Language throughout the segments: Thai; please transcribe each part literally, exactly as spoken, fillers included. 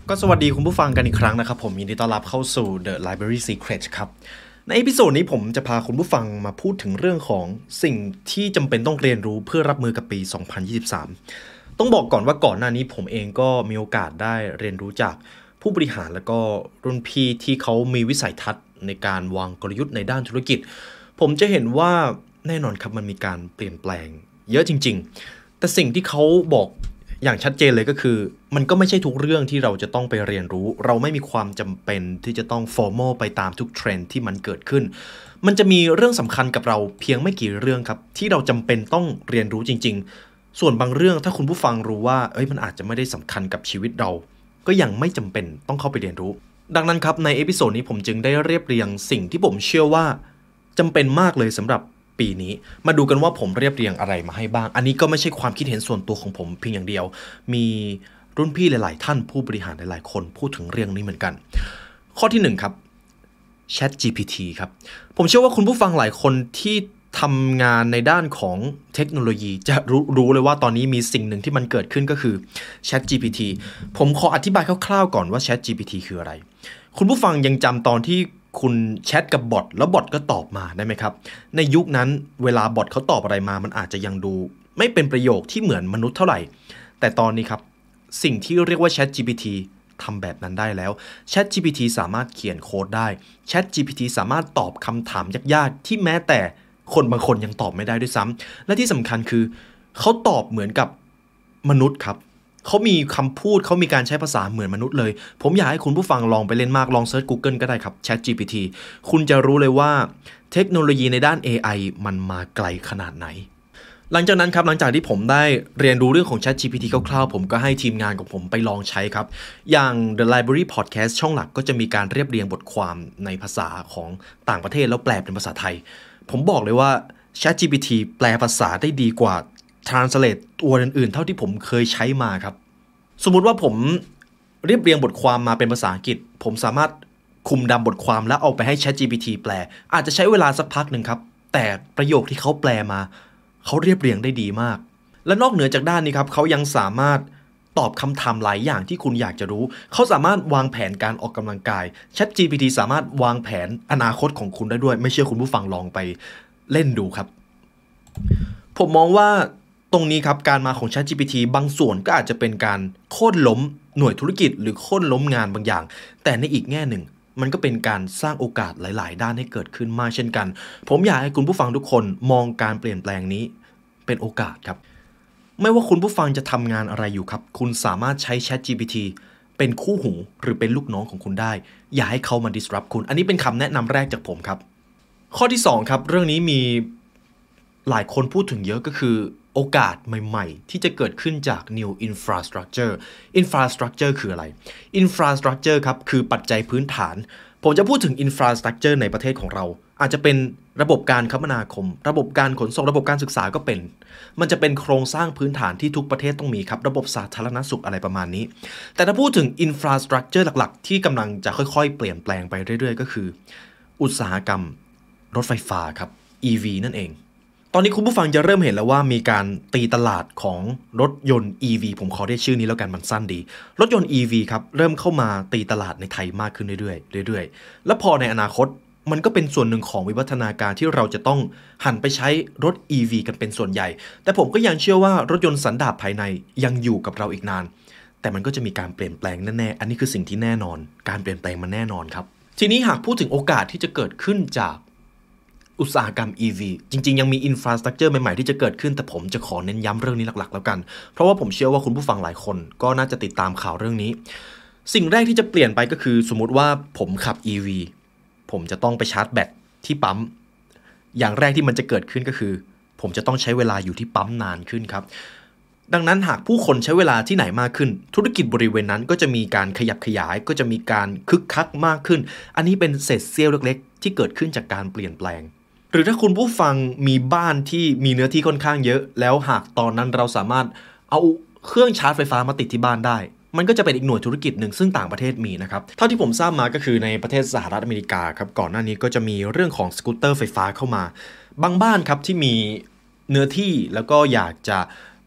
ก็สวัสดีคุณผู้ฟังกันอีกครั้งนะครับผมยินดีต้อนรับเข้าสู่ The Library Secret ครับในเอพิโซดนี้ผมจะพาคุณผู้ฟังมาพูดถึงเรื่องของสิ่งที่จำเป็นต้องเรียนรู้เพื่อรับมือกับปีสองพันยี่สิบสามต้องบอกก่อนว่าก่อนหน้านี้ผมเองก็มีโอกาสได้เรียนรู้จากผู้บริหารแล้วก็รุ่นพี่ที่เขามีวิสัยทัศน์ในการวางกลยุทธ์ในด้านธุรกิจผมจะเห็นว่าแน่นอนครับมันมีการเปลี่ยนแปลงเยอะจริงๆแต่สิ่งที่เขาบอกอย่างชัดเจนเลยก็คือมันก็ไม่ใช่ทุกเรื่องที่เราจะต้องไปเรียนรู้เราไม่มีความจำเป็นที่จะต้อง formal ไปตามทุกเทรนด์ที่มันเกิดขึ้นมันจะมีเรื่องสำคัญกับเราเพียงไม่กี่เรื่องครับที่เราจำเป็นต้องเรียนรู้จริงๆส่วนบางเรื่องถ้าคุณผู้ฟังรู้ว่าเอ้ยมันอาจจะไม่ได้สำคัญกับชีวิตเราก็ยังไม่จำเป็นต้องเข้าไปเรียนรู้ดังนั้นครับในเอพิโซดนี้ผมจึงได้เรียบเรียงสิ่งที่ผมเชื่อว่าจำเป็นมากเลยสำหรับปีนี้มาดูกันว่าผมเรียบเรียงอะไรมาให้บ้างอันนี้ก็ไม่ใช่ความคิดเห็นส่วนตัวของผมเพียงอย่างเดียวมีรุ่นพี่หลายๆท่านผู้บริหารหลายๆคนพูดถึงเรื่องนี้เหมือนกันข้อที่หนึ่งครับ ChatGPT ครับผมเชื่อว่าคุณผู้ฟังหลายคนที่ทำงานในด้านของเทคโนโลยีจะรู้รู้เลยว่าตอนนี้มีสิ่งหนึ่งที่มันเกิดขึ้นก็คือ ChatGPT ผมขออธิบายคร่าวๆก่อนว่า ChatGPT คืออะไรคุณผู้ฟังยังจำตอนที่คุณแชทกับบอทแล้วบอทก็ตอบมาได้ไหมครับในยุคนั้นเวลาบอทเขาตอบอะไรมามันอาจจะยังดูไม่เป็นประโยคที่เหมือนมนุษย์เท่าไหร่แต่ตอนนี้ครับสิ่งที่เรียกว่า ChatGPT ทำแบบนั้นได้แล้ว ChatGPT สามารถเขียนโค้ดได้ ChatGPT สามารถตอบคำถามยากๆที่แม้แต่คนบางคนยังตอบไม่ได้ด้วยซ้ำและที่สำคัญคือเขาตอบเหมือนกับมนุษย์ครับเขามีคำพูดเขามีการใช้ภาษาเหมือนมนุษย์เลยผมอยากให้คุณผู้ฟังลองไปเล่นมากลองเซิร์ช Google ก็ได้ครับ ChatGPT คุณจะรู้เลยว่าเทคโนโลยีในด้าน เอ ไอ มันมาไกลขนาดไหนหลังจากนั้นครับหลังจากที่ผมได้เรียนรู้เรื่องของ ChatGPT คร่าวๆผมก็ให้ทีมงานของผมไปลองใช้ครับอย่าง The Library Podcast ช่องหลักก็จะมีการเรียบเรียงบทความในภาษาของต่างประเทศแล้วแปลเป็นภาษาไทยผมบอกเลยว่า ChatGPT แปลภาษาได้ดีกว่า Translate ตัวอื่นๆเท่าที่ผมเคยใช้มาครับสมมุติว่าผมเรียบเรียงบทความมาเป็นภาษาอังกฤษผมสามารถคุมดำบทความแล้วเอาไปให้ ChatGPT แปลอาจจะใช้เวลาสักพักหนึ่งครับแต่ประโยคที่เขาแปลมาเขาเรียบเรียงได้ดีมากและนอกเหนือจากด้านนี้ครับเขายังสามารถตอบคำถามหลายอย่างที่คุณอยากจะรู้เขาสามารถวางแผนการออกกำลังกาย ChatGPT สามารถวางแผนอนาคตของคุณได้ด้วยไม่เชื่อคุณผู้ฟังลองไปเล่นดูครับผมมองว่าตรงนี้ครับการมาของ ChatGPT บางส่วนก็อาจจะเป็นการโค่นล้มหน่วยธุรกิจหรือโค่นล้มงานบางอย่างแต่ในอีกแง่หนึ่งมันก็เป็นการสร้างโอกาสหลายๆด้านให้เกิดขึ้นมากเช่นกันผมอยากให้คุณผู้ฟังทุกคนมองการเปลี่ยนแปลงนี้เป็นโอกาสครับไม่ว่าคุณผู้ฟังจะทำงานอะไรอยู่ครับคุณสามารถใช้ ChatGPT เป็นคู่หูหรือเป็นลูกน้องของคุณได้อย่าให้เขามา disrupt คุณอันนี้เป็นคำแนะนำแรกจากผมครับข้อที่สองครับเรื่องนี้มีหลายคนพูดถึงเยอะก็คือโอกาสใหม่ๆที่จะเกิดขึ้นจาก new infrastructure infrastructure คืออะไร infrastructure ครับคือปัจจัยพื้นฐานผมจะพูดถึง infrastructure ในประเทศของเราอาจจะเป็นระบบการคมนาคมระบบการขนส่งระบบการศึกษาก็เป็นมันจะเป็นโครงสร้างพื้นฐานที่ทุกประเทศต้องมีครับระบบสาธารณสุขอะไรประมาณนี้แต่ถ้าพูดถึง infrastructure หลักๆที่กำลังจะค่อยๆเปลี่ยนแปลงไปเรื่อยๆก็คืออุตสาหกรรมรถไฟฟ้าครับ อี วี นั่นเองตอนนี้คุณผู้ฟังจะเริ่มเห็นแล้วว่ามีการตีตลาดของรถยนต์ อี วี ผมขอเรียกชื่อนี้แล้วกันมันสั้นดีรถยนต์ อี วี ครับเริ่มเข้ามาตีตลาดในไทยมากขึ้นเรื่อยๆเรื่อยๆแล้วพอในอนาคตมันก็เป็นส่วนหนึ่งของวิวัฒนาการที่เราจะต้องหันไปใช้รถ อี วี กันเป็นส่วนใหญ่แต่ผมก็ยังเชื่อว่ารถยนต์สันดาปภายในยังอยู่กับเราอีกนานแต่มันก็จะมีการเปลี่ยนแปลงแน่ๆอันนี้คือสิ่งที่แน่นอนการเปลี่ยนแปลงมันแน่นอนครับทีนี้หากพูดถึงโอกาสที่จะเกิดขึ้นจากอุตสาหกรรม อี วี จริงๆยังมี infrastructure ใหม่ๆที่จะเกิดขึ้นแต่ผมจะขอเน้นย้ำเรื่องนี้หลักๆแล้วกันเพราะว่าผมเชื่อว่าคุณผู้ฟังหลายคนก็น่าจะติดตามข่าวเรื่องนี้สิ่งแรกที่จะเปลี่ยนไปก็คือสมมุติว่าผมขับ อี วี ผมจะต้องไปชาร์จแบตที่ปั๊มอย่างแรกที่มันจะเกิดขึ้นก็คือผมจะต้องใช้เวลาอยู่ที่ปั๊มนานขึ้นครับดังนั้นหากผู้คนใช้เวลาที่ไหนมากขึ้นธุรกิจบริเวณนั้นก็จะมีการขยับขยายก็จะมีการคึกคักมากขึ้นอันนี้เป็นเศษเสี้ยวเล็กๆที่เกิดขึ้นจากการเปลี่ยนแปลงหรือถ้าคุณผู้ฟังมีบ้านที่มีเนื้อที่ค่อนข้างเยอะแล้วหากตอนนั้นเราสามารถเอาเครื่องชาร์จไฟฟ้ามาติดที่บ้านได้มันก็จะเป็นอีกหน่วยธุรกิจหนึ่งซึ่งต่างประเทศมีนะครับเท่าที่ผมทราบมาก็คือในประเทศสหรัฐอเมริกาครับก่อนหน้านี้ก็จะมีเรื่องของสกูตเตอร์ไฟฟ้าเข้ามาบางบ้านครับที่มีเนื้อที่แล้วก็อยากจะ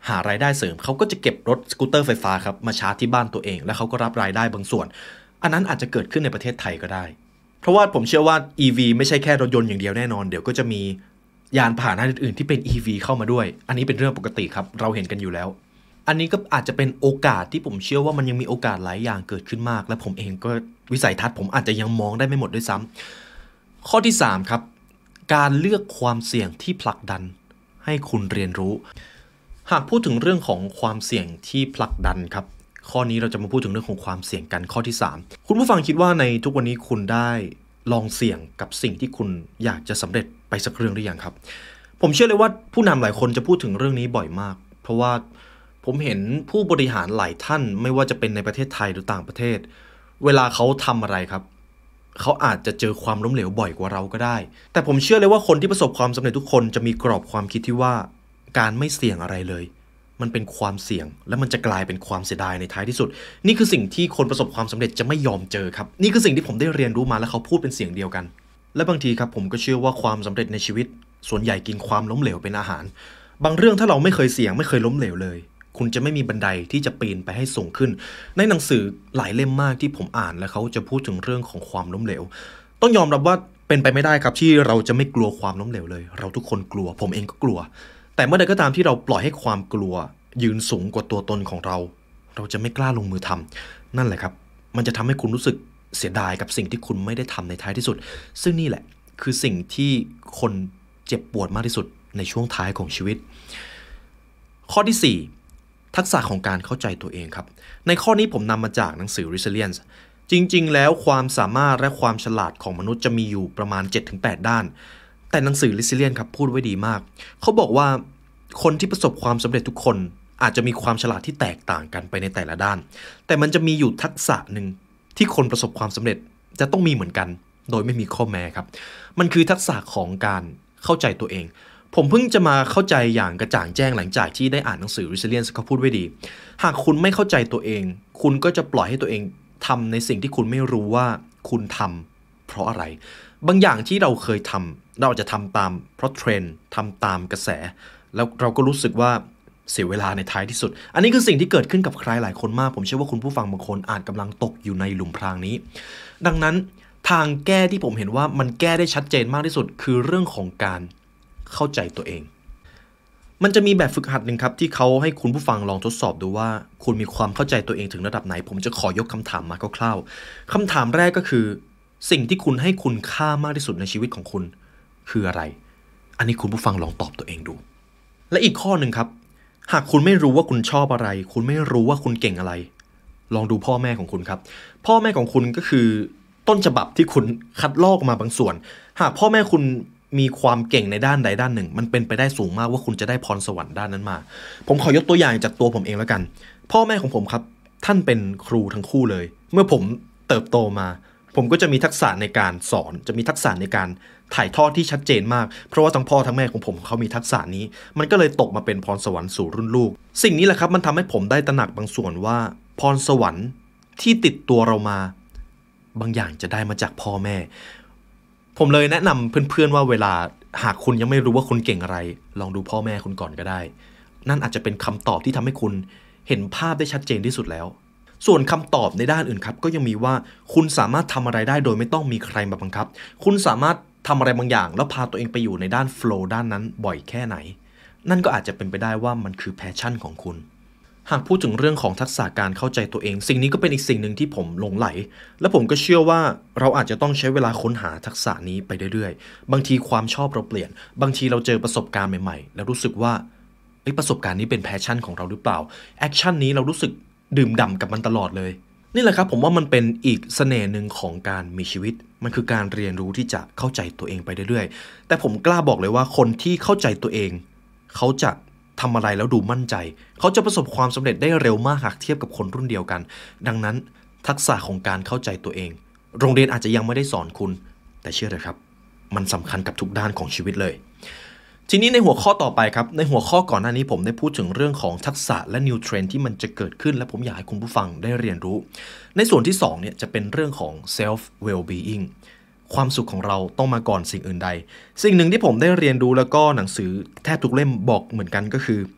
หารายได้เสริมเขาก็จะเก็บรถสกูตเตอร์ไฟฟ้าครับมาชาร์จที่บ้านตัวเองแล้วเขาก็รับรายได้บางส่วนอันนั้นอาจจะเกิดขึ้นในประเทศไทยก็ได้เพราะว่าผมเชื่อว่า อี วี ไม่ใช่แค่รถยนต์อย่างเดียวแน่นอนเดี๋ยวก็จะมียานพาหนะอื่นๆที่เป็น อี วี เข้ามาด้วยอันนี้เป็นเรื่องปกติครับเราเห็นกันอยู่แล้วอันนี้ก็อาจจะเป็นโอกาสที่ผมเชื่อว่ามันยังมีโอกาสหลายอย่างเกิดขึ้นมากและผมเองก็วิสัยทัศน์ผมอาจจะยังมองได้ไม่หมดด้วยซ้ำข้อที่สามครับการเลือกความเสี่ยงที่ผลักดันให้คุณเรียนรู้หากพูดถึงเรื่องของความเสี่ยงที่ผลักดันครับข้อนี้เราจะมาพูดถึงเรื่องของความเสี่ยงกันข้อที่สามคุณผู้ฟังคิดว่าในทุกวันนี้คุณได้ลองเสี่ยงกับสิ่งที่คุณอยากจะสำเร็จไปสักเรื่องหรือยังครับผมเชื่อเลยว่าผู้นำหลายคนจะพูดถึงเรื่องนี้บ่อยมากเพราะว่าผมเห็นผู้บริหารหลายท่านไม่ว่าจะเป็นในประเทศไทยหรือต่างประเทศเวลาเขาทำอะไรครับเขาอาจจะเจอความล้มเหลวบ่อยกว่าเราก็ได้แต่ผมเชื่อเลยว่าคนที่ประสบความสำเร็จทุกคนจะมีกรอบความคิดที่ว่าการไม่เสี่ยงอะไรเลยมันเป็นความเสี่ยงและมันจะกลายเป็นความเสียดายในท้ายที่สุดนี่คือสิ่งที่คนประสบความสำเร็จจะไม่ยอมเจอครับนี่คือสิ่งที่ผมได้เรียนรู้มาและเขาพูดเป็นเสียงเดียวกันและบางทีครับผมก็เชื่อว่าความสำเร็จในชีวิตส่วนใหญ่กินความล้มเหลวเป็นอาหารบางเรื่องถ้าเราไม่เคยเสี่ยงไม่เคยล้มเหลวเลยคุณจะไม่มีบันไดที่จะปีนไปให้สูงขึ้นในหนังสือหลายเล่มมากที่ผมอ่านและเขาจะพูดถึงเรื่องของความล้มเหลวต้องยอมรับว่าเป็นไปไม่ได้ครับที่เราจะไม่กลัวความล้มเหลวเลยเราทุกคนกลัวผมเองก็กลัวแต่เมื่อใดก็ตามที่เราปล่อยให้ความกลัวยืนสูงกว่าตัวตนของเราเราจะไม่กล้าลงมือทำนั่นแหละครับมันจะทำให้คุณรู้สึกเสียดายกับสิ่งที่คุณไม่ได้ทำในท้ายที่สุดซึ่งนี่แหละคือสิ่งที่คนเจ็บปวดมากที่สุดในช่วงท้ายของชีวิตข้อที่สี่ทักษะของการเข้าใจตัวเองครับในข้อนี้ผมนำมาจากหนังสือ Resilience จริงๆแล้วความสามารถและความฉลาดของมนุษย์จะมีอยู่ประมาณ เจ็ดถึงแปด ด้านแต่หนังสือ Resilience ครับพูดไว้ดีมากเขาบอกว่าคนที่ประสบความสำเร็จทุกคนอาจจะมีความฉลาดที่แตกต่างกันไปในแต่ละด้านแต่มันจะมีอยู่ทักษะหนึ่งที่คนประสบความสำเร็จจะต้องมีเหมือนกันโดยไม่มีข้อแม้ครับมันคือทักษะของการเข้าใจตัวเองผมเพิ่งจะมาเข้าใจอย่างกระจ่างแจ้งหลังจากที่ได้อ่านหนังสือ Resilience เขาพูดไว้ดีหากคุณไม่เข้าใจตัวเองคุณก็จะปล่อยให้ตัวเองทำในสิ่งที่คุณไม่รู้ว่าคุณทำเพราะอะไรบางอย่างที่เราเคยทำเราจะทำตามเพราะเทรนด์ทำตามกระแสแล้วเราก็รู้สึกว่าเสียเวลาในท้ายที่สุดอันนี้คือสิ่งที่เกิดขึ้นกับใครหลายคนมากผมเชื่อว่าคุณผู้ฟังบางคนอาจกำลังตกอยู่ในหลุมพรางนี้ดังนั้นทางแก้ที่ผมเห็นว่ามันแก้ได้ชัดเจนมากที่สุดคือเรื่องของการเข้าใจตัวเองมันจะมีแบบฝึกหัดหนึ่งครับที่เขาให้คุณผู้ฟังลองทดสอบดูว่าคุณมีความเข้าใจตัวเองถึงระดับไหนผมจะขอยกคำถามมาคร่าวๆคำถามแรกก็คือสิ่งที่คุณให้คุณค่ามากที่สุดในชีวิตของคุณคืออะไรอันนี้คุณผู้ฟังลองตอบตัวเองดูและอีกข้อหนึ่งครับหากคุณไม่รู้ว่าคุณชอบอะไรคุณไม่รู้ว่าคุณเก่งอะไรลองดูพ่อแม่ของคุณครับพ่อแม่ของคุณก็คือต้นฉบับที่คุณคัดลอกมาบางส่วนหากพ่อแม่คุณมีความเก่งในด้านใดด้านหนึ่งมันเป็นไปได้สูงมากว่าคุณจะได้พรสวรรค์ด้านนั้นมาผมขอยกตัวอย่างจากตัวผมเองแล้วกันพ่อแม่ของผมครับท่านเป็นครูทั้งคู่เลยเมื่อผมเติบโตมาผมก็จะมีทักษะในการสอนจะมีทักษะในการถ่ายทอดที่ชัดเจนมากเพราะว่าทั้งพ่อทั้งแม่ของผมเขามีทักษะนี้มันก็เลยตกมาเป็นพรสวรรค์สู่รุ่นลูกสิ่งนี้แหละครับมันทำให้ผมได้ตระหนักบางส่วนว่าพรสวรรค์ที่ติดตัวเรามาบางอย่างจะได้มาจากพ่อแม่ผมเลยแนะนำเพื่อนๆว่าเวลาหากคุณยังไม่รู้ว่าคุณเก่งอะไรลองดูพ่อแม่คุณก่อนก็ได้นั่นอาจจะเป็นคำตอบที่ทำให้คุณเห็นภาพได้ชัดเจนที่สุดแล้วส่วนคำตอบในด้านอื่นครับก็ยังมีว่าคุณสามารถทำอะไรได้โดยไม่ต้องมีใครมาบังคับคุณสามารถทำอะไรบางอย่างแล้วพาตัวเองไปอยู่ในด้านโฟลว์ด้านนั้นบ่อยแค่ไหนนั่นก็อาจจะเป็นไปได้ว่ามันคือแพชชั่นของคุณหากพูดถึงเรื่องของทักษะการเข้าใจตัวเองสิ่งนี้ก็เป็นอีกสิ่งหนึ่งที่ผมหลงไหลและผมก็เชื่อว่าเราอาจจะต้องใช้เวลาค้นหาทักษะนี้ไปเรื่อยๆบางทีความชอบเราเปลี่ยนบางทีเราเจอประสบการณ์ใหม่ๆแล้วรู้สึกว่าประสบการณ์นี้เป็นแพชชั่นของเราหรือเปล่าแอคชั่นนี้เรารู้สึกดื่มด่ำกับมันตลอดเลยนี่แหละครับผมว่ามันเป็นอีกเสน่ห์หนึ่งของการมีชีวิตมันคือการเรียนรู้ที่จะเข้าใจตัวเองไปเรื่อยๆแต่ผมกล้าบอกเลยว่าคนที่เข้าใจตัวเองเขาจะทำอะไรแล้วดูมั่นใจเขาจะประสบความสำเร็จได้เร็วมากหากเทียบกับคนรุ่นเดียวกันดังนั้นทักษะของการเข้าใจตัวเองโรงเรียนอาจจะยังไม่ได้สอนคุณแต่เชื่อเถอะครับมันสำคัญกับทุกด้านของชีวิตเลยทีนี้ในหัวข้อต่อไปครับในหัวข้อก่อนหน้านี้ผมได้พูดถึงเรื่องของทักษะและนิวเทรนด์ที่มันจะเกิดขึ้นและผมอยากให้คุณผู้ฟังได้เรียนรู้ในส่วนที่สองเนี่ยจะเป็นเรื่องของ self well being ความสุขของเราต้องมาก่อนสิ่งอื่นใดสิ่งหนึ่งที่ผมได้เรียนรู้แล้วก็หนังสือแทบทุกเล่มบอกเหมือนกันก็คือ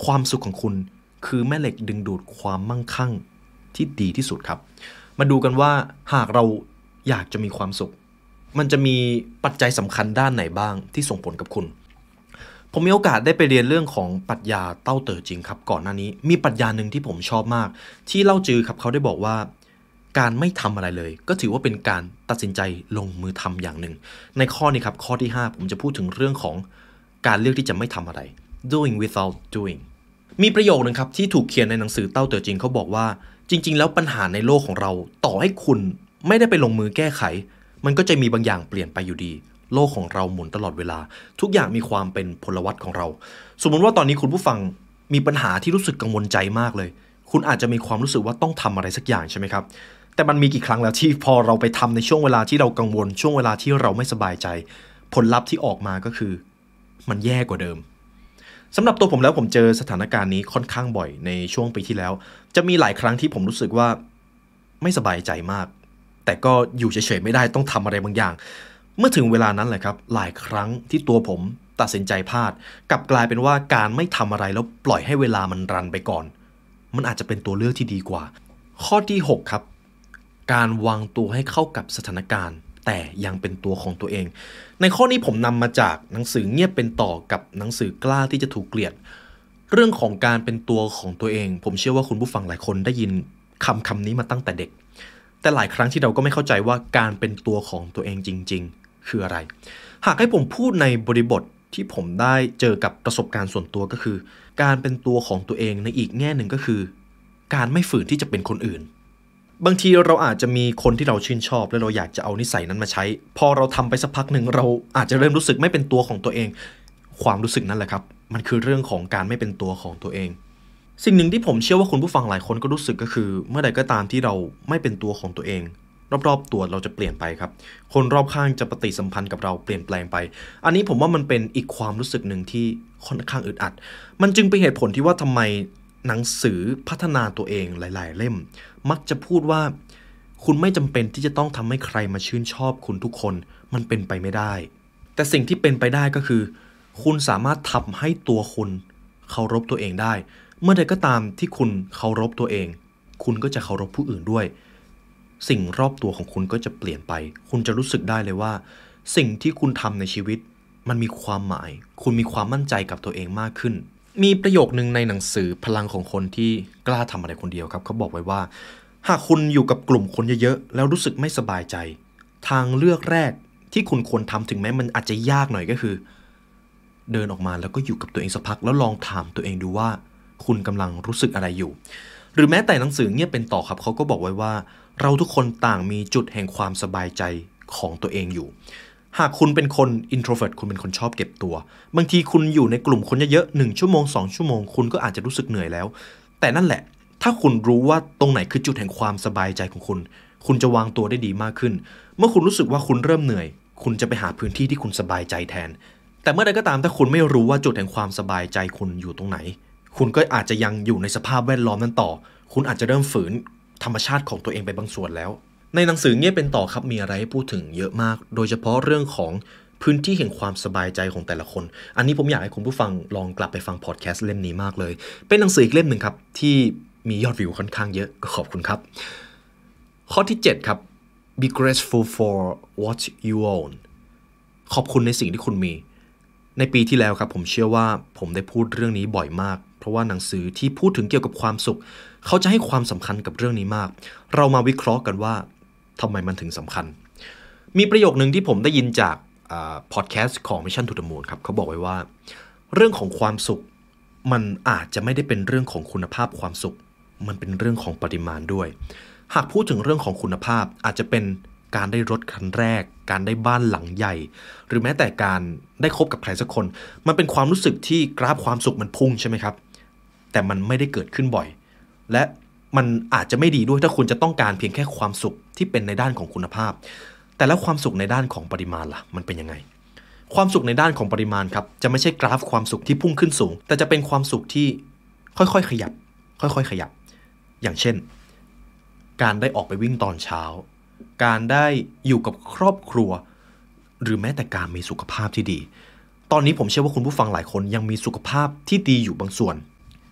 ความสุขของคุณคือแม่เหล็กดึงดูดความมั่งคั่งที่ดีที่สุดครับมาดูกันว่าหากเราอยากจะมีความสุขมันจะมีปัจจัยสำคัญด้านไหนบ้างที่ส่งผลกับคุณผมมีโอกาสได้ไปเรียนเรื่องของปรัชญาเต้าเต๋อจริงครับก่อนหน้านี้มีปรัชญาหนึ่งที่ผมชอบมากที่เล่าจือครับเขาได้บอกว่าการไม่ทำอะไรเลยก็ถือว่าเป็นการตัดสินใจลงมือทำอย่างหนึ่งในข้อนี้ครับข้อที่ห้าผมจะพูดถึงเรื่องของการเลือกที่จะไม่ทำอะไร doing without doing มีประโยคนึงครับที่ถูกเขียนในหนังสือเต้าเต๋อจริงเขาบอกว่าจริงๆแล้วปัญหาในโลกของเราต่อให้คุณไม่ได้ไปลงมือแก้ไขมันก็จะมีบางอย่างเปลี่ยนไปอยู่ดีโลกของเราหมุนตลอดเวลาทุกอย่างมีความเป็นพลวัตของเราสมมติว่าตอนนี้คุณผู้ฟังมีปัญหาที่รู้สึกกังวลใจมากเลยคุณอาจจะมีความรู้สึกว่าต้องทำอะไรสักอย่างใช่ไหมครับแต่มันมีกี่ครั้งแล้วที่พอเราไปทำในช่วงเวลาที่เรากังวลช่วงเวลาที่เราไม่สบายใจผลลัพธ์ที่ออกมาก็คือมันแย่กว่าเดิมสำหรับตัวผมแล้วผมเจอสถานการณ์นี้ค่อนข้างบ่อยในช่วงปีที่แล้วจะมีหลายครั้งที่ผมรู้สึกว่าไม่สบายใจมากแต่ก็อยู่เฉยๆไม่ได้ต้องทำอะไรบางอย่างเมื่อถึงเวลานั้นแหละครับหลายครั้งที่ตัวผมตัดสินใจพลาดกลับกลายเป็นว่าการไม่ทำอะไรแล้วปล่อยให้เวลามันรันไปก่อนมันอาจจะเป็นตัวเลือกที่ดีกว่าข้อที่หกครับการวางตัวให้เข้ากับสถานการณ์แต่ยังเป็นตัวของตัวเองในข้อนี้ผมนำมาจากหนังสือเงียบเป็นต่อกับหนังสือกล้าที่จะถูกเกลียดเรื่องของการเป็นตัวของตัวเองผมเชื่อว่าคุณผู้ฟังหลายคนได้ยินคำคำนี้มาตั้งแต่เด็กแต่หลายครั้งที่เราก็ไม่เข้าใจว่าการเป็นตัวของตัวเองจริงๆคืออะไรหากให้ผมพูดในบริบทที่ผมได้เจอกับประสบการณ์ส่วนตัวก็คือการเป็นตัวของตัวเองในอีกแง่หนึ่งก็คือการไม่ฝืนที่จะเป็นคนอื่นบางทีเราอาจจะมีคนที่เราชื่นชอบและเราอยากจะเอานิสัยนั้นมาใช้พอเราทำไปสักพักหนึ่งเราอาจจะเริ่มรู้สึกไม่เป็นตัวของตัวเองความรู้สึกนั่นแหละครับมันคือเรื่องของการไม่เป็นตัวของตัวเองสิ่งหนึ่งที่ผมเชื่อว่าคุณผู้ฟังหลายคนก็รู้สึกก็คือเมื่อใดก็ตามที่เราไม่เป็นตัวของตัวเองรอบๆตัวเราจะเปลี่ยนไปครับคนรอบข้างจะปฏิสัมพันธ์กับเราเปลี่ยนแปลงไปอันนี้ผมว่ามันเป็นอีกความรู้สึกหนึ่งที่ค่อนข้างอึดอัดมันจึงเป็นเหตุผลที่ว่าทำไมหนังสือพัฒนาตัวเองหลายๆเล่มมักจะพูดว่าคุณไม่จำเป็นที่จะต้องทำให้ใครมาชื่นชอบคุณทุกคนมันเป็นไปไม่ได้แต่สิ่งที่เป็นไปได้ก็คือคุณสามารถทำให้ตัวคุณเคารพตัวเองได้เมื่อใดก็ตามที่คุณเคารพตัวเองคุณก็จะเคารพผู้อื่นด้วยสิ่งรอบตัวของคุณก็จะเปลี่ยนไปคุณจะรู้สึกได้เลยว่าสิ่งที่คุณทำในชีวิตมันมีความหมายคุณมีความมั่นใจกับตัวเองมากขึ้นมีประโยคนึงในหนังสือพลังของคนที่กล้าทำอะไรคนเดียวครับเขาบอกไว้ว่าหากคุณอยู่กับกลุ่มคนเยอะๆแล้วรู้สึกไม่สบายใจทางเลือกแรกที่คุณควรทำถึงแม้มันอาจจะยากหน่อยก็คือเดินออกมาแล้วก็อยู่กับตัวเองสักพักแล้วลองถามตัวเองดูว่าคุณกำลังรู้สึกอะไรอยู่หรือแม้แต่หนังสือเงียบเป็นต่อครับเขาก็บอกไว้ว่าเราทุกคนต่างมีจุดแห่งความสบายใจของตัวเองอยู่หากคุณเป็นคน introvert คุณเป็นคนชอบเก็บตัวบางทีคุณอยู่ในกลุ่มคนเยอะๆหนึ่งชั่วโมงสองชั่วโมงคุณก็อาจจะรู้สึกเหนื่อยแล้วแต่นั่นแหละถ้าคุณรู้ว่าตรงไหนคือจุดแห่งความสบายใจของคุณคุณจะวางตัวได้ดีมากขึ้นเมื่อคุณรู้สึกว่าคุณเริ่มเหนื่อยคุณจะไปหาพื้นที่ที่คุณสบายใจแทนแต่เมื่อใดก็ตามถ้าคุณไม่รู้ว่าจุดแห่งความสบายใจคุณอยู่ตรงไหนคุณก็อาจจะยังอยู่ในสภาพแวดล้อมนั้นต่อคุณอาจจะเริ่มฝืนธรรมชาติของตัวเองไปบางส่วนแล้วในหนังสือเงียบเป็นต่อครับมีอะไรให้พูดถึงเยอะมากโดยเฉพาะเรื่องของพื้นที่แห่งความสบายใจของแต่ละคนอันนี้ผมอยากให้คุณผู้ฟังลองกลับไปฟังพอดแคสต์เล่มนี้มากเลยเป็นหนังสืออีกเล่มหนึ่งครับที่มียอดวิวค่อนข้างเยอะก็ขอบคุณครับข้อที่เจ็ดครับ be grateful for what you own ขอบคุณในสิ่งที่คุณมีในปีที่แล้วครับผมเชื่อว่าผมได้พูดเรื่องนี้บ่อยมากเพราะว่าหนังสือที่พูดถึงเกี่ยวกับความสุขเขาจะให้ความสำคัญกับเรื่องนี้มากเรามาวิเคราะห์กันว่าทำไมมันถึงสำคัญมีประโยคนึงที่ผมได้ยินจากพอดแคสต์ของ Mission to the Moon ครับเขาบอกไว้ว่าเรื่องของความสุขมันอาจจะไม่ได้เป็นเรื่องของคุณภาพความสุขมันเป็นเรื่องของปริมาณด้วยหากพูดถึงเรื่องของคุณภาพอาจจะเป็นการได้รถคันแรกการได้บ้านหลังใหญ่หรือแม้แต่การได้คบกับใครสักคนมันเป็นความรู้สึกที่กราฟความสุขมันพุ่งใช่ไหมครับแต่มันไม่ได้เกิดขึ้นบ่อยและมันอาจจะไม่ดีด้วยถ้าคุณจะต้องการเพียงแค่ความสุขที่เป็นในด้านของคุณภาพแต่แล้วความสุขในด้านของปริมาณล่ะมันเป็นยังไงความสุขในด้านของปริมาณครับจะไม่ใช่กราฟความสุขที่พุ่งขึ้นสูงแต่จะเป็นความสุขที่ค่อยๆขยับค่อยๆขยับอย่างเช่นการได้ออกไปวิ่งตอนเช้าการได้อยู่กับครอบครัวหรือแม้แต่การมีสุขภาพที่ดีตอนนี้ผมเชื่อว่าคุณผู้ฟังหลายคนยังมีสุขภาพที่ดีอยู่บางส่วน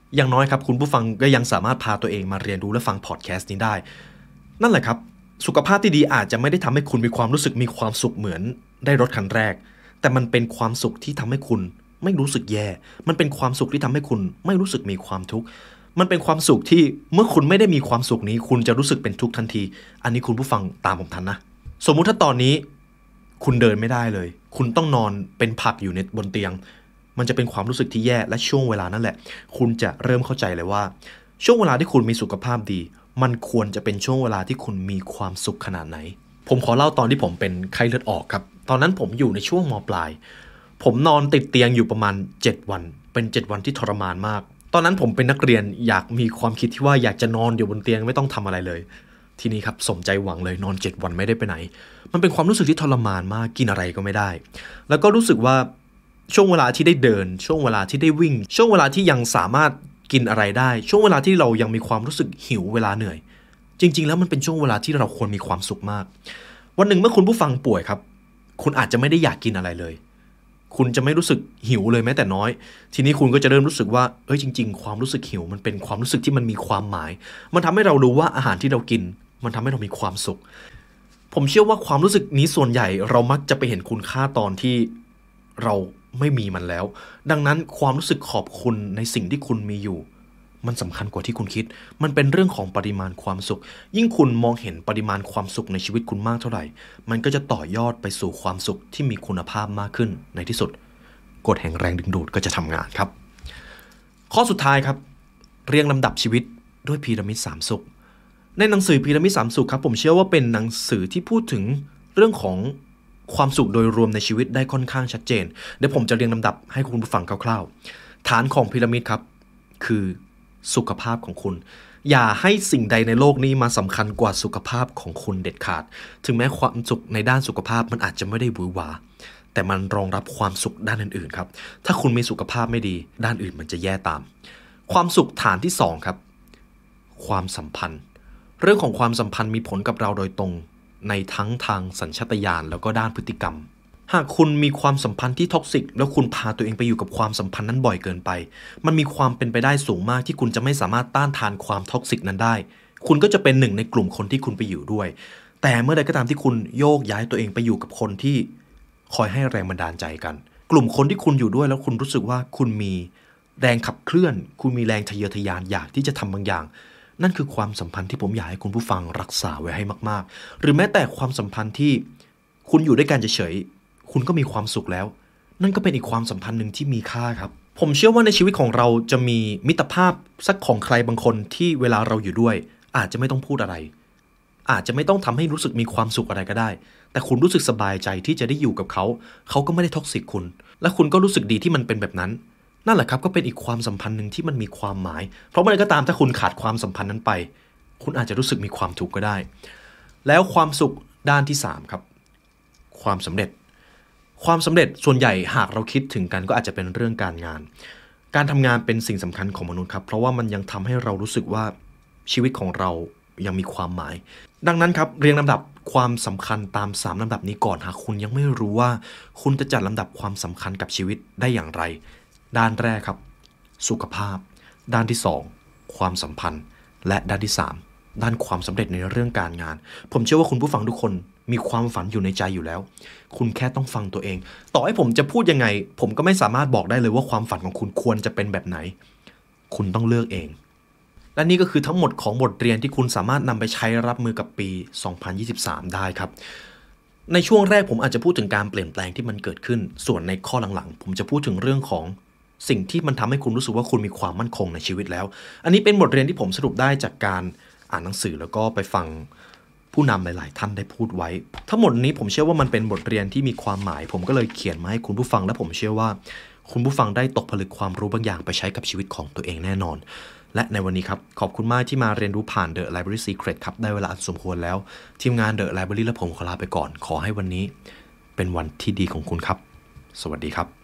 อย่างน้อยครับคุณผู้ฟังก็ยังสามารถพาตัวเองมาเรียนรู้และฟังพอดแคสต์นี้ได้นั่นแหละครับสุขภาพที่ดีอาจจะไม่ได้ทำให้คุณมีความรู้สึกมีความสุขเหมือนได้รถคันแรกแต่มันเป็นความสุขที่ทำให้คุณไม่รู้สึกแย่มันเป็นความสุขที่ทำให้คุณไม่รู้สึกมีความทุกข์มันเป็นความสุขที่เมื่อคุณไม่ได้มีความสุขนี้คุณจะรู้สึกเป็นทุกข์ทันทีอันนี้คุณผู้ฟังตามผมทันนะสมมุติถ้าตอนนี้คุณเดินไม่ได้เลยคุณต้องนอนเป็นผักอยู่ในบนเตียงมันจะเป็นความรู้สึกที่แย่และช่วงเวลานั่นแหละคุณจะเริ่มเข้าใจเลยว่าช่วงเวลาที่คุณมีสุขภาพดีมันควรจะเป็นช่วงเวลาที่คุณมีความสุขขนาดไหนผมขอเล่าตอนที่ผมเป็นไข้เลือดออกครับตอนนั้นผมอยู่ในช่วงม.ปลายผมนอนติดเตียงอยู่ประมาณเจ็ดวันเป็นเจ็ดวันที่ทรมานมากตอนนั้นผมเป็นนักเรียนอยากมีความคิดที่ว่าอยากจะนอนอยู่บนเตียงไม่ต้องทำอะไรเลยทีนี้ครับสมใจหวังเลยนอนเจ็ดวันไม่ได้ไปไหนมันเป็นความรู้สึกที่ทรมานมากกินอะไรก็ไม่ได้แล้วก็รู้สึกว่าช่วงเวลาที่ได้เดินช่วงเวลาที่ได้วิ่งช่วงเวลาที่ยังสามารถกินอะไรได้ช่วงเวลาที่เรายังมีความรู้สึกหิวเวลาเหนื่อยจริงๆแล้วมันเป็นช่วงเวลาที่เราควรมีความสุขมากวันหนึ่งเมื่อคุณผู้ฟังป่วยครับคุณอาจจะไม่ได้อยากกินอะไรเลยคุณจะไม่รู้สึกหิวเลยแม้แต่น้อยทีนี้คุณก็จะเริ่มรู้สึกว่าเอ้ยจริงๆความรู้สึกหิวมันเป็นความรู้สึกที่มันมีความหมายมันทำให้เรารู้ว่าอาหารที่เรากินมันทำให้เรามีความสุขผมเชื่อว่าความรู้สึกนี้ส่วนใหญ่เรามักจะไปเห็นคุณค่าตอนที่เราไม่มีมันแล้วดังนั้นความรู้สึกขอบคุณในสิ่งที่คุณมีอยู่มันสำคัญกว่าที่คุณคิดมันเป็นเรื่องของปริมาณความสุขยิ่งคุณมองเห็นปริมาณความสุขในชีวิตคุณมากเท่าไหร่มันก็จะต่อยอดไปสู่ความสุขที่มีคุณภาพมากขึ้นในที่สุดกฎแห่งแรงดึงดูดก็จะทำงานครับข้อสุดท้ายครับเรียงลำดับชีวิตด้วยพีระมิดสามสุขในหนังสือพีระมิดสามสุขครับผมเชื่อว่าเป็นหนังสือที่พูดถึงเรื่องของความสุขโดยรวมในชีวิตได้ค่อนข้างชัดเจนเดี๋ยวผมจะเรียงลำดับให้คุณผู้ฟังคร่าวๆฐานของพีระมิดครับคือสุขภาพของคุณอย่าให้สิ่งใดในโลกนี้มาสำคัญกว่าสุขภาพของคุณเด็ดขาดถึงแม้ความสุขในด้านสุขภาพมันอาจจะไม่ได้หวือหวาแต่มันรองรับความสุขด้านอื่นๆครับถ้าคุณมีสุขภาพไม่ดีด้านอื่นมันจะแย่ตามความสุขฐานที่สองครับความสัมพันธ์เรื่องของความสัมพันธ์มีผลกับเราโดยตรงในทั้งทางสัญชาตญาณแล้วก็ด้านพฤติกรรมหากคุณมีความสัมพันธ์ที่ท็อกซิกแล้วคุณพาตัวเองไปอยู่กับความสัมพันธ์นั้นบ่อยเกินไปมันมีความเป็นไปได้สูงมากที่คุณจะไม่สามารถต้านทานความท็อกซิกนั้นได้คุณก็จะเป็นหนึ่งในกลุ่มคนที่คุณไปอยู่ด้วยแต่เมื่อใดก็ตามที่คุณโยกย้ายตัวเองไปอยู่กับคนที่คอยให้แรงบันดาลใจกันกลุ่มคนที่คุณอยู่ด้วยแล้วคุณรู้สึกว่าคุณมีแรงขับเคลื่อนคุณมีแรงทะเยอทะยานอยากที่จะทำบางอย่างนั่นคือความสัมพันธ์ที่ผมอยากให้คุณผู้ฟังรักษาไว้ให้มากๆหรือแม้แต่ความสัมพันธ์ที่คุณอยู่ด้วยกันเฉยๆคุณก็มีความสุขแล้วนั่นก็เป็นอีกความสัมพันธ์หนึ่งที่มีค่าครับผมเชื่อว่าในชีวิตของเราจะมีมิตรภาพสักของใครบางคนที่เวลาเราอยู่ด้วยอาจจะไม่ต้องพูดอะไรอาจจะไม่ต้องทำให้รู้สึกมีความสุขอะไรก็ได้แต่คุณรู้สึกสบายใจที่จะได้อยู่กับเขาเขาก็ไม่ได้ท็อกซิกคุณและคุณก็รู้สึกดีที่มันเป็นแบบนั้นนั่นแหละครับก็เป็นอีกความสัมพันธ์หนึ่งที่มันมีความหมายเพราะเมื่อใดก็ตามถ้าคุณขาดความสัมพันธ์นั้นไปคุณอาจจะรู้สึกมีความทุกข์ก็ได้แล้วความสุขด้านที่สามครับความสำเร็จความสำเร็จส่วนใหญ่หากเราคิดถึงกันก็อาจจะเป็นเรื่องการงานการทำงานเป็นสิ่งสำคัญของมนุษย์ครับเพราะว่ามันยังทำให้เรารู้สึกว่าชีวิตของเรายังมีความหมายดังนั้นครับเรียงลำดับความสำคัญตามสามลำดับนี้ก่อนหากคุณยังไม่รู้ว่าคุณจะจัดลำดับความสำคัญกับชีวิตได้อย่างไรด้านแรกครับสุขภาพด้านที่สองความสัมพันธ์และด้านที่สามด้านความสำเร็จในเรื่องการงานผมเชื่อว่าคุณผู้ฟังทุกคนมีความฝันอยู่ในใจอยู่แล้วคุณแค่ต้องฟังตัวเองต่อให้ผมจะพูดยังไงผมก็ไม่สามารถบอกได้เลยว่าความฝันของคุณควรจะเป็นแบบไหนคุณต้องเลือกเองและนี่ก็คือทั้งหมดของบทเรียนที่คุณสามารถนำไปใช้รับมือกับปีสองพันยี่สิบสามได้ครับในช่วงแรกผมอาจจะพูดถึงการเปลี่ยนแปลงที่มันเกิดขึ้นส่วนในข้อหลังๆผมจะพูดถึงเรื่องของสิ่งที่มันทำให้คุณรู้สึกว่าคุณมีความมั่นคงในชีวิตแล้วอันนี้เป็นบทเรียนที่ผมสรุปได้จากการอ่านหนังสือแล้วก็ไปฟังผู้นำหลายๆท่านได้พูดไว้ทั้งหมดนี้ผมเชื่อว่ามันเป็นบทเรียนที่มีความหมายผมก็เลยเขียนมาให้คุณผู้ฟังและผมเชื่อว่าคุณผู้ฟังได้ตกผลึกความรู้บางอย่างไปใช้กับชีวิตของตัวเองแน่นอนและในวันนี้ครับขอบคุณมากที่มาเรียนรู้ผ่าน The Library Secret ครับได้เวลาอันสมควรแล้วทีมงาน The Library และผมขอลาไปก่อนขอให้วันนี้เป็นวันที่ดีของคุณครับสวัสดีครับ